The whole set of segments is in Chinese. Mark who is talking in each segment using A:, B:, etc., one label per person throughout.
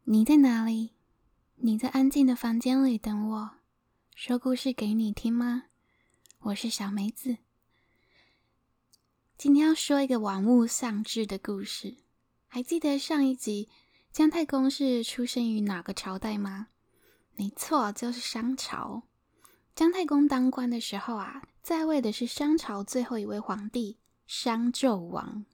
A: 你在哪里？你在安静的房间里等我，说故事给你听吗？我是小梅子。今天要说一个玩物丧志的故事。还记得上一集姜太公是出生于哪个朝代吗？没错，就是商朝。姜太公当官的时候在位的是商朝最后一位皇帝商纣王。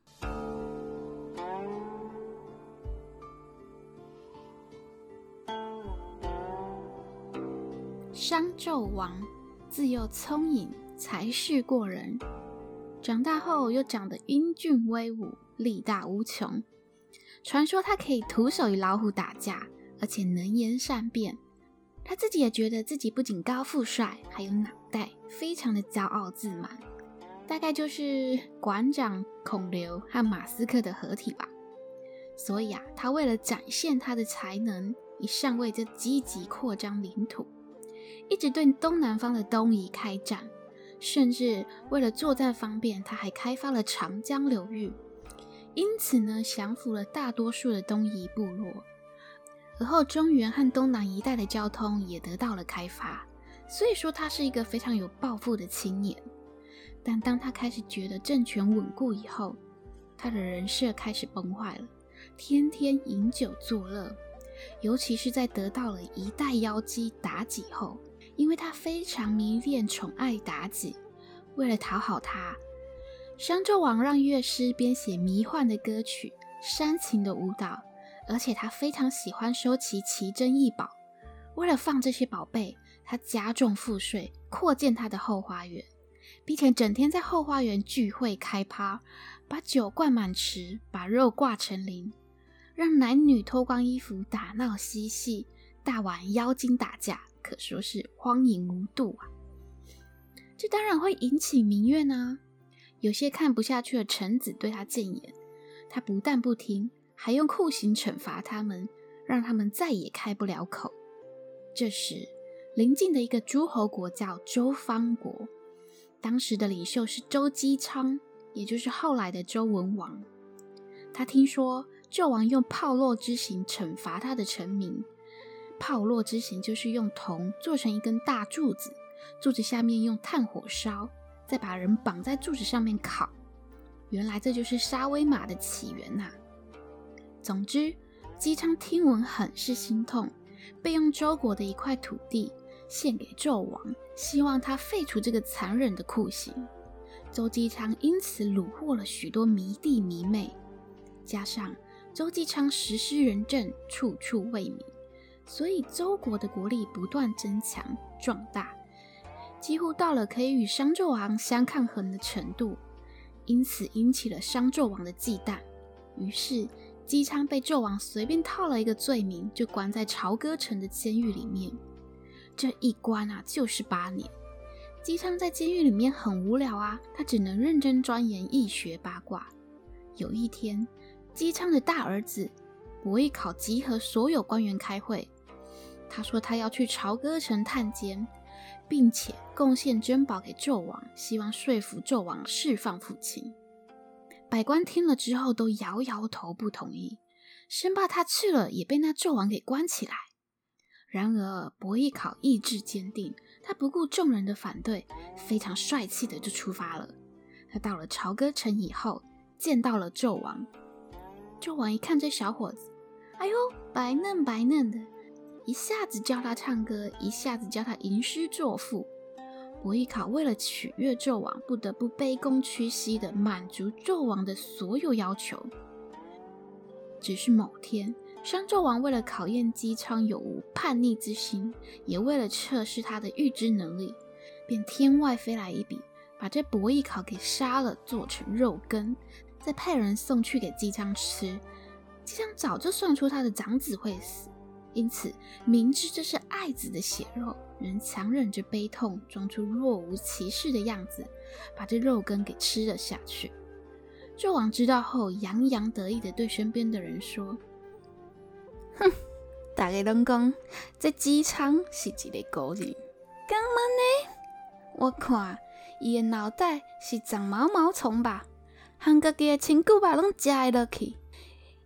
A: 商纣王自幼聪颖，才识过人，长大后又长得英俊威武，力大无穷。传说他可以徒手与老虎打架，而且能言善辩。他自己也觉得自己不仅高富帅，还有脑袋，非常的骄傲自满，大概就是馆长孔刘和马斯克的合体吧。所以他为了展现他的才能，一上位就积极扩张领土，一直对东南方的东夷开战，甚至为了作战方便，他还开发了长江流域，因此呢，降服了大多数的东夷部落。而后中原和东南一带的交通也得到了开发，所以说他是一个非常有抱负的青年。但当他开始觉得政权稳固以后，他的人设开始崩坏了，天天饮酒作乐，尤其是在得到了一代妖姬妲己后，因为他非常迷恋宠爱妲己，为了讨好她，商纣王让乐师编写迷幻的歌曲，煽情的舞蹈，而且他非常喜欢收集奇珍异宝。为了放这些宝贝，他加重赋税，扩建他的后花园，并且整天在后花园聚会开趴，把酒灌满池，把肉挂成林，让男女脱光衣服打闹嬉戏，大玩妖精打架，可说是荒淫无度啊。这当然会引起民怨啊。有些看不下去的臣子对他谏言，他不但不听，还用酷刑惩罚他们，让他们再也开不了口。这时邻近的一个诸侯国叫周方国，当时的领袖是周姬昌，也就是后来的周文王。他听说纣王用炮烙之刑惩罚他的臣民。炮烙之刑就是用铜做成一根大柱子，柱子下面用炭火烧，再把人绑在柱子上面烤。原来这就是沙威玛的起源啊。总之，姬昌听闻很是心痛，备用周国的一块土地献给纣王，希望他废除这个残忍的酷刑。周姬昌因此虏获了许多迷弟迷妹，加上周姬昌实施仁政，处处为民，所以周国的国力不断增强壮大，几乎到了可以与商纣王相抗衡的程度，因此引起了商纣王的忌惮。于是姬昌被纣王随便套了一个罪名，就关在朝歌城的监狱里面。这一关就是8年。姬昌在监狱里面很无聊他只能认真钻研易学八卦。有一天，姬昌的大儿子伯邑考集合所有官员开会，他说他要去朝歌城探监，并且贡献珍宝给纣王，希望说服纣王释放父亲。百官听了之后都摇摇头不同意，生怕他去了也被那纣王给关起来。然而伯邑考意志坚定，他不顾众人的反对，非常帅气的就出发了。他到了朝歌城以后，见到了纣王。纣王一看这小伙子，哎呦，白嫩白嫩的，一下子教他唱歌，一下子教他吟诗作赋。伯邑考为了取悦纣王，不得不卑躬屈膝的满足纣王的所有要求。只是某天，商纣王为了考验姬昌有无叛逆之心，也为了测试他的预知能力，便天外飞来一笔，把这伯邑考给杀了，做成肉羹，再派人送去给姬昌吃。姬昌早就算出他的长子会死，因此明知这是爱子的血肉，仍强忍着悲痛，装出若无其事的样子，把这肉羹给吃了下去。纣王知道后，洋洋得意地对身边的人说：哼，大家都讲这姬昌是一个孤儿，干嘛呢？我看他的脑袋是长毛毛虫吧，和自己的亲骨肉拢吃会落去。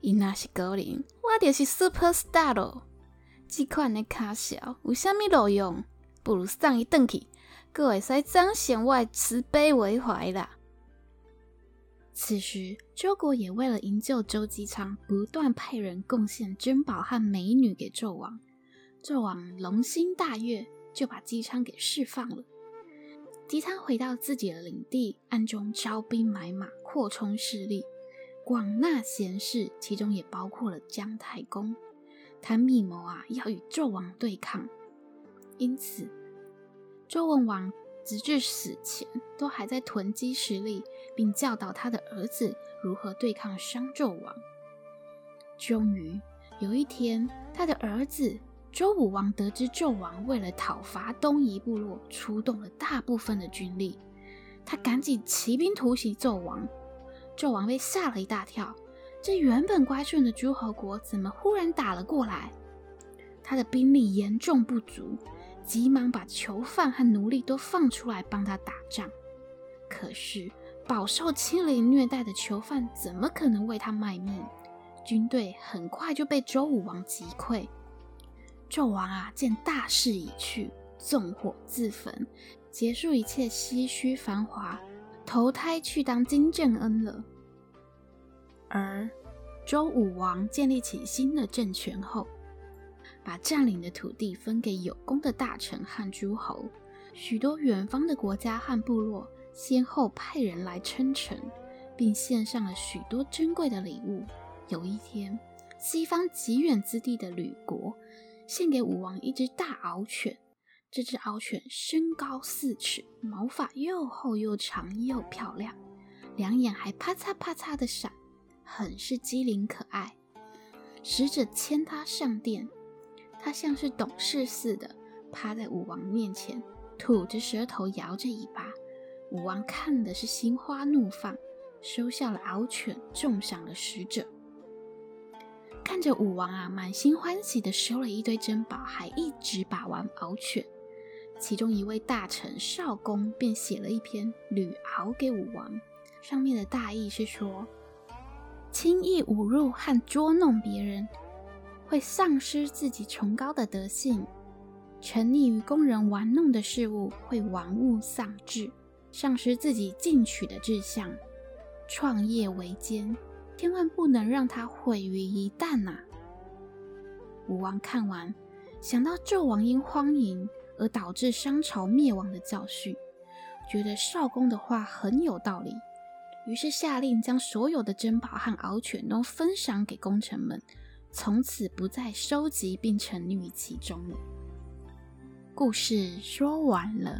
A: 伊若是高龄，我就是 superstar 咯。这款的卡小有啥物路用？不如送伊转去，阁会使彰显我的慈悲为怀啦。此时，周国也为了营救周姬昌，不断派人贡献珍宝和美女给纣王。纣王龙心大悦，就把姬昌给释放了。姬昌回到自己的领地，暗中招兵买马，扩充势力，广纳贤士，其中也包括了姜太公，谈密谋要与纣王对抗。因此，周文王直至死前都还在囤积实力，并教导他的儿子如何对抗商纣王。终于有一天，他的儿子周武王得知纣王为了讨伐东夷部落，出动了大部分的军力，他赶紧起兵突袭纣王。纣王被吓了一大跳，这原本乖顺的诸侯国怎么忽然打了过来？他的兵力严重不足，急忙把囚犯和奴隶都放出来帮他打仗。可是饱受欺凌虐待的囚犯怎么可能为他卖命？军队很快就被周武王击溃。纣王见大势已去，纵火自焚，结束一切唏嘘繁华，投胎去当金正恩了。而周武王建立起新的政权后，把占领的土地分给有功的大臣和诸侯，许多远方的国家和部落先后派人来称臣，并献上了许多珍贵的礼物。有一天，西方极远之地的吕国献给武王一只大獒犬，这只獒犬身高4尺，毛发又厚又长又漂亮，两眼还啪嚓啪嚓的闪，很是机灵可爱。使者牵它上殿，它像是懂事似的趴在武王面前，吐着舌头摇着尾巴。武王看的是心花怒放，收下了獒犬，重赏了使者。看着武王满心欢喜的收了一堆珍宝，还一直把玩獒犬。其中一位大臣少公便写了一篇吕敖给武王，上面的大意是说，轻易侮辱和捉弄别人，会丧失自己崇高的德性；沉溺于供人玩弄的事物，会玩物丧志，丧失自己进取的志向。创业维艰，千万不能让它毁于一旦啊！武王看完，想到纣王因荒淫而导致商朝灭亡的教训，觉得少公的话很有道理，于是下令将所有的珍宝和獒犬都分赏给功臣们，从此不再收集并沉溺于其中了。故事说完了。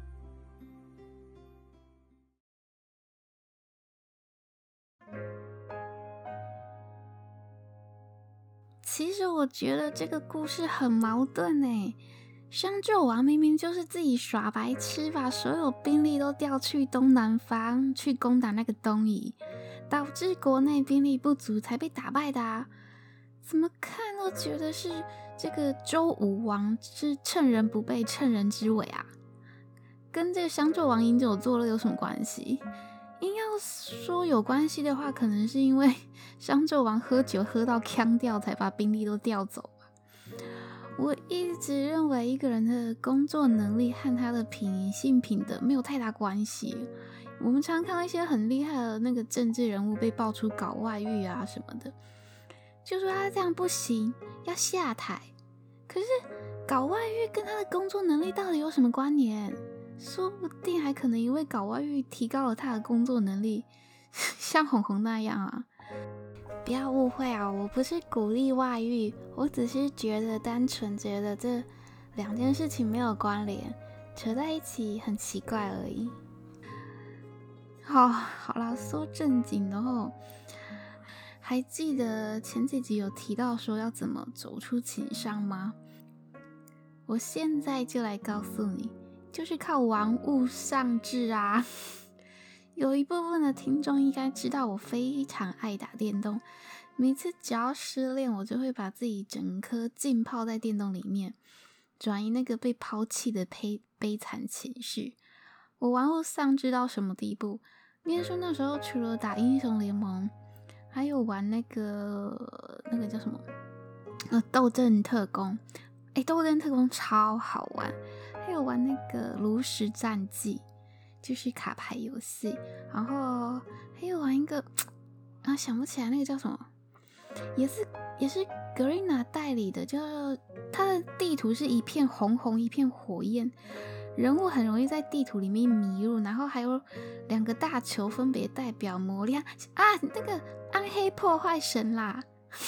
A: 其实我觉得这个故事很矛盾耶，商纣王明明就是自己耍白痴，把所有兵力都调去东南方去攻打那个东夷，导致国内兵力不足才被打败的怎么看都觉得是这个周武王是趁人不备趁人之危跟这个商纣王饮酒作乐有什么关系？硬要说有关系的话，可能是因为商纣王喝酒喝到呛掉，才把兵力都调走吧。我一直认为一个人的工作能力和他的品性品德没有太大关系。我们常看到一些很厉害的那个政治人物被爆出搞外遇什么的，就说他这样不行，要下台。可是搞外遇跟他的工作能力到底有什么关联？说不定还可能因为搞外遇提高了他的工作能力，像红红那样不要误会我不是鼓励外遇，我只是单纯觉得这两件事情没有关联，扯在一起很奇怪而已。好啦，说正经的还记得前几集有提到说要怎么走出情伤吗？我现在就来告诉你，就是靠玩物丧志有一部分的听众应该知道我非常爱打电动，每次只要失恋，我就会把自己整颗浸泡在电动里面，转移那个被抛弃的悲惨情绪。我玩物丧志到什么地步？念书那时候除了打英雄联盟，还有玩那个叫什么斗阵特工，斗阵特工超好玩，还有玩那个炉石战记，就是卡牌游戏，然后还有玩一个想不起来那个叫什么，也是 Garena 代理的，就它的地图是一片红红一片火焰，人物很容易在地图里面迷路，然后还有2个大球分别代表魔力那个暗黑破坏神啦。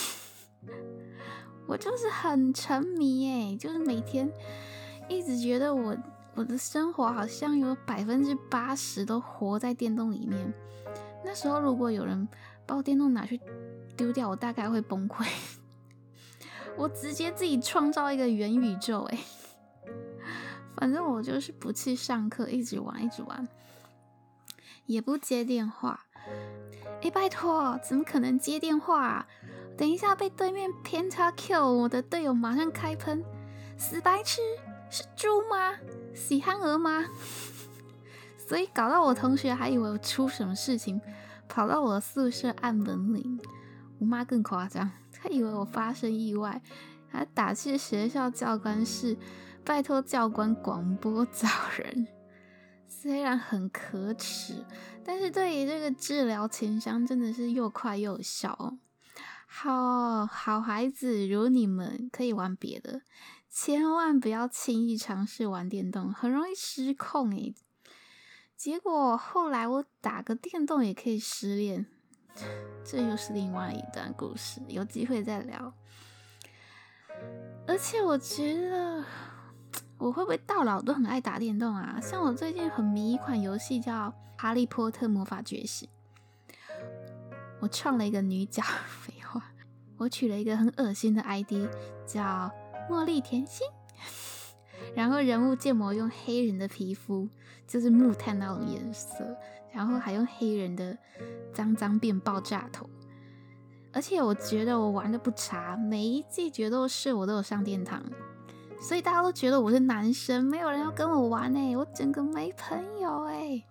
A: 我就是很沉迷耶，就是每天一直觉得我的生活好像有80%都活在电动里面。那时候如果有人把我电动拿去丢掉，我大概会崩溃。我直接自己创造一个元宇宙反正我就是不去上课，一直玩，也不接电话。拜托，怎么可能接电话啊？等一下被对面偏差 Q， 我的队友马上开喷，死白痴，是猪吗？喜憨儿吗？所以搞到我同学还以为我出什么事情，跑到我宿舍按门铃。我妈更夸张，她以为我发生意外，还打去学校教官室，拜托教官广播找人。虽然很可耻，但是对于这个治疗情商真的是又快又有效好孩子如你们可以玩别的，千万不要轻易尝试玩电动，很容易失控结果后来我打个电动也可以失恋，这又是另外一段故事，有机会再聊。而且我觉得我会不会到老都很爱打电动啊？像我最近很迷一款游戏叫《哈利波特魔法觉醒》，我创了一个女角，废话，我取了一个很恶心的 ID 叫茉莉甜心，然后人物建模用黑人的皮肤，就是木炭那种颜色，然后还用黑人的脏变爆炸头。而且我觉得我玩的不差，每一季决斗士我都有上殿堂，所以大家都觉得我是男生，没有人要跟我玩我整个没朋友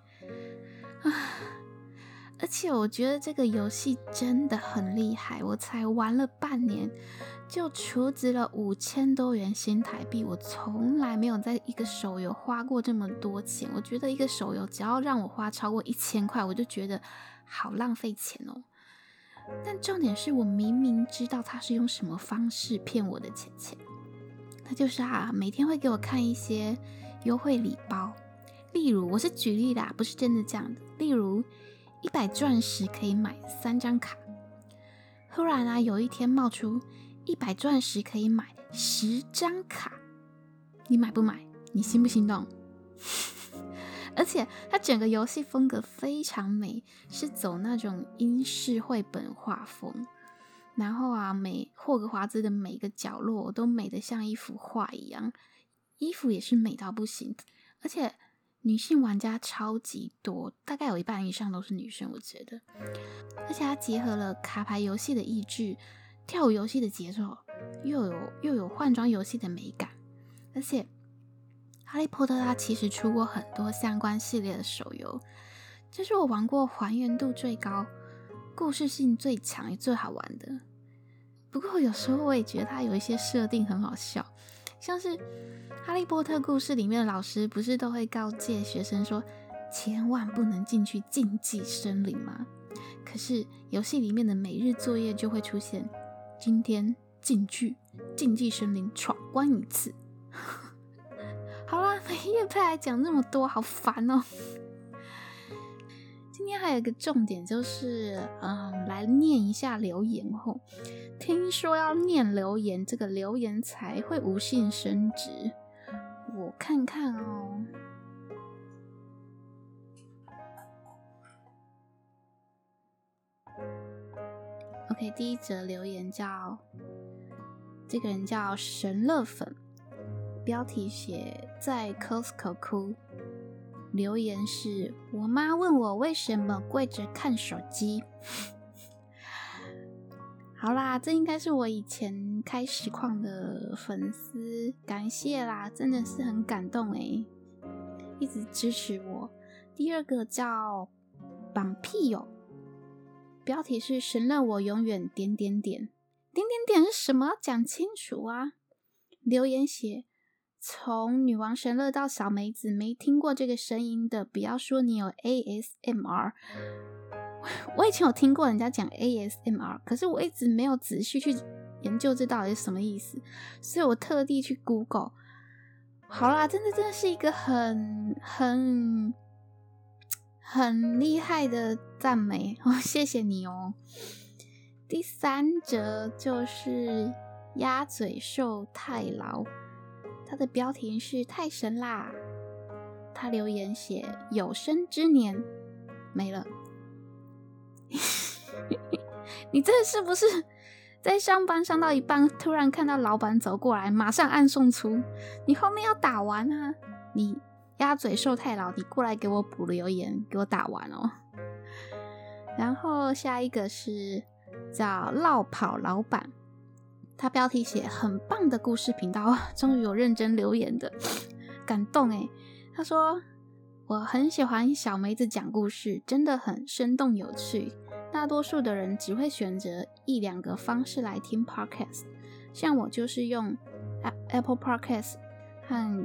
A: 而且我觉得这个游戏真的很厉害，我才玩了半年就储值了5000多元新台币，我从来没有在一个手游花过这么多钱。我觉得一个手游只要让我花超过1000块，我就觉得好浪费钱但重点是我明明知道他是用什么方式骗我的钱，他就是每天会给我看一些优惠礼包，例如我是举例啦，不是真的这样的，例如100钻石可以买3张卡，忽然有一天冒出100钻石可以买10张卡，你买不买？你心不心动？而且它整个游戏风格非常美，是走那种英式绘本画风，然后霍格华兹的每个角落都美得像一幅画一样，衣服也是美到不行，而且女性玩家超级多，大概有1半以上都是女生，我觉得。而且它结合了卡牌游戏的益智、跳舞游戏的节奏，又有换装游戏的美感。而且哈利波特它其实出过很多相关系列的手游，这是我玩过还原度最高、故事性最强也最好玩的。不过有时候我也觉得它有一些设定很好笑，像是哈利波特故事里面的老师不是都会告诫学生说千万不能进去禁忌森林吗？可是游戏里面的每日作业就会出现今天进去禁忌森林闯关一次。好啦，业配来讲那么多，好烦今天还有一个重点就是来念一下留言听说要念留言，这个留言才会无性生殖，我看看OK， 第一则留言这个人叫神乐粉，标题写在 Costco 哭，留言是我妈问我为什么跪着看手机。好啦，这应该是我以前开实况的粉丝，感谢啦，真的是很感动一直支持我。第二个叫绑屁友， 标题是神乐我永远……是什么？讲清楚啊！留言写从女王神乐到小梅子，没听过这个声音的，不要说你有 ASMR。我以前有听过人家讲 ASMR， 可是我一直没有仔细去研究这到底是什么意思，所以我特地去 Google。好啦，真的是一个很厉害的赞美哦，谢谢你哦。第3则就是鸭嘴兽太牢，他的标题是太神啦。他留言写有生之年没了。你这是不是在上班上到一半，突然看到老板走过来，马上按送出？你后面要打完啊！你鸭嘴兽太牢，你过来给我补留言，给我打完哦。然后下一个是叫落跑老板，他标题写很棒的故事频道，终于有认真留言的，感动耶。他说我很喜欢小梅子讲故事，真的很生动有趣。大多数的人只会选择1-2个方式来听 podcast， 像我就是用 Apple Podcast 和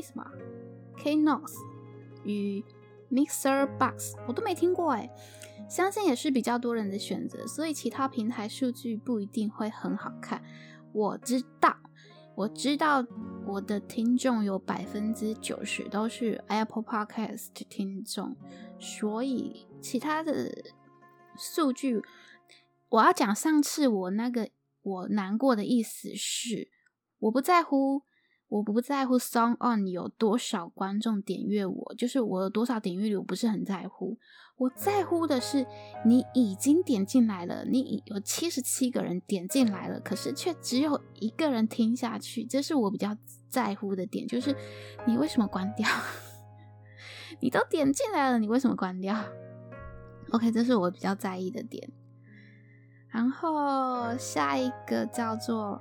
A: Knox 与 Mixer Box， 我都没听过耶，相信也是比较多人的选择，所以其他平台数据不一定会很好看。我知道我的听众有 90% 都是 Apple Podcast 听众，所以其他的数据我要讲上次我难过的意思是，我不在乎 Song On 有多少观众点阅我，就是我有多少点阅率我不是很在乎，我在乎的是你已经点进来了，你有77个人点进来了，可是却只有1个人听下去，这是我比较在乎的点，就是你为什么关掉？你都点进来了，你为什么关掉？ OK， 这是我比较在意的点。然后下一个叫做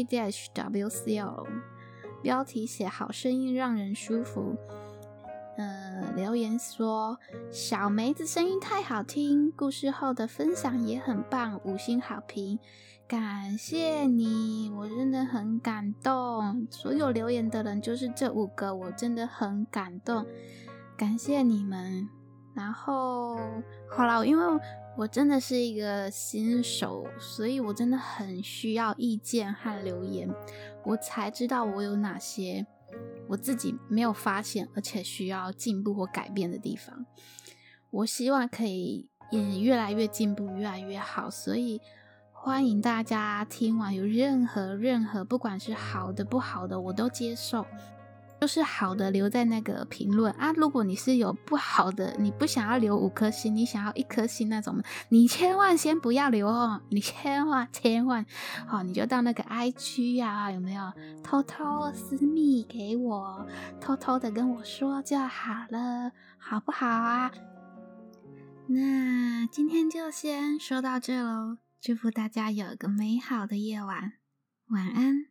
A: RT-WCL， 标题写好声音让人舒服。留言说小梅子声音太好听，故事后的分享也很棒，5星好评，感谢你，我真的很感动。所有留言的人就是这5个，我真的很感动，感谢你们。然后好啦，因为我真的是一个新手，所以我真的很需要意见和留言，我才知道我有哪些我自己没有发现而且需要进步或改变的地方。我希望可以越来越进步，越来越好，所以欢迎大家听完有任何不管是好的不好的我都接受，就是好的留在那个评论啊，如果你是有不好的，你不想要留5颗星，你想要1颗星那种，你千万先不要留哦，你千万好，你就到那个 IG 啊，有没有偷偷私密给我，偷偷的跟我说就好了，好不好啊？那今天就先说到这咯，祝福大家有个美好的夜晚，晚安。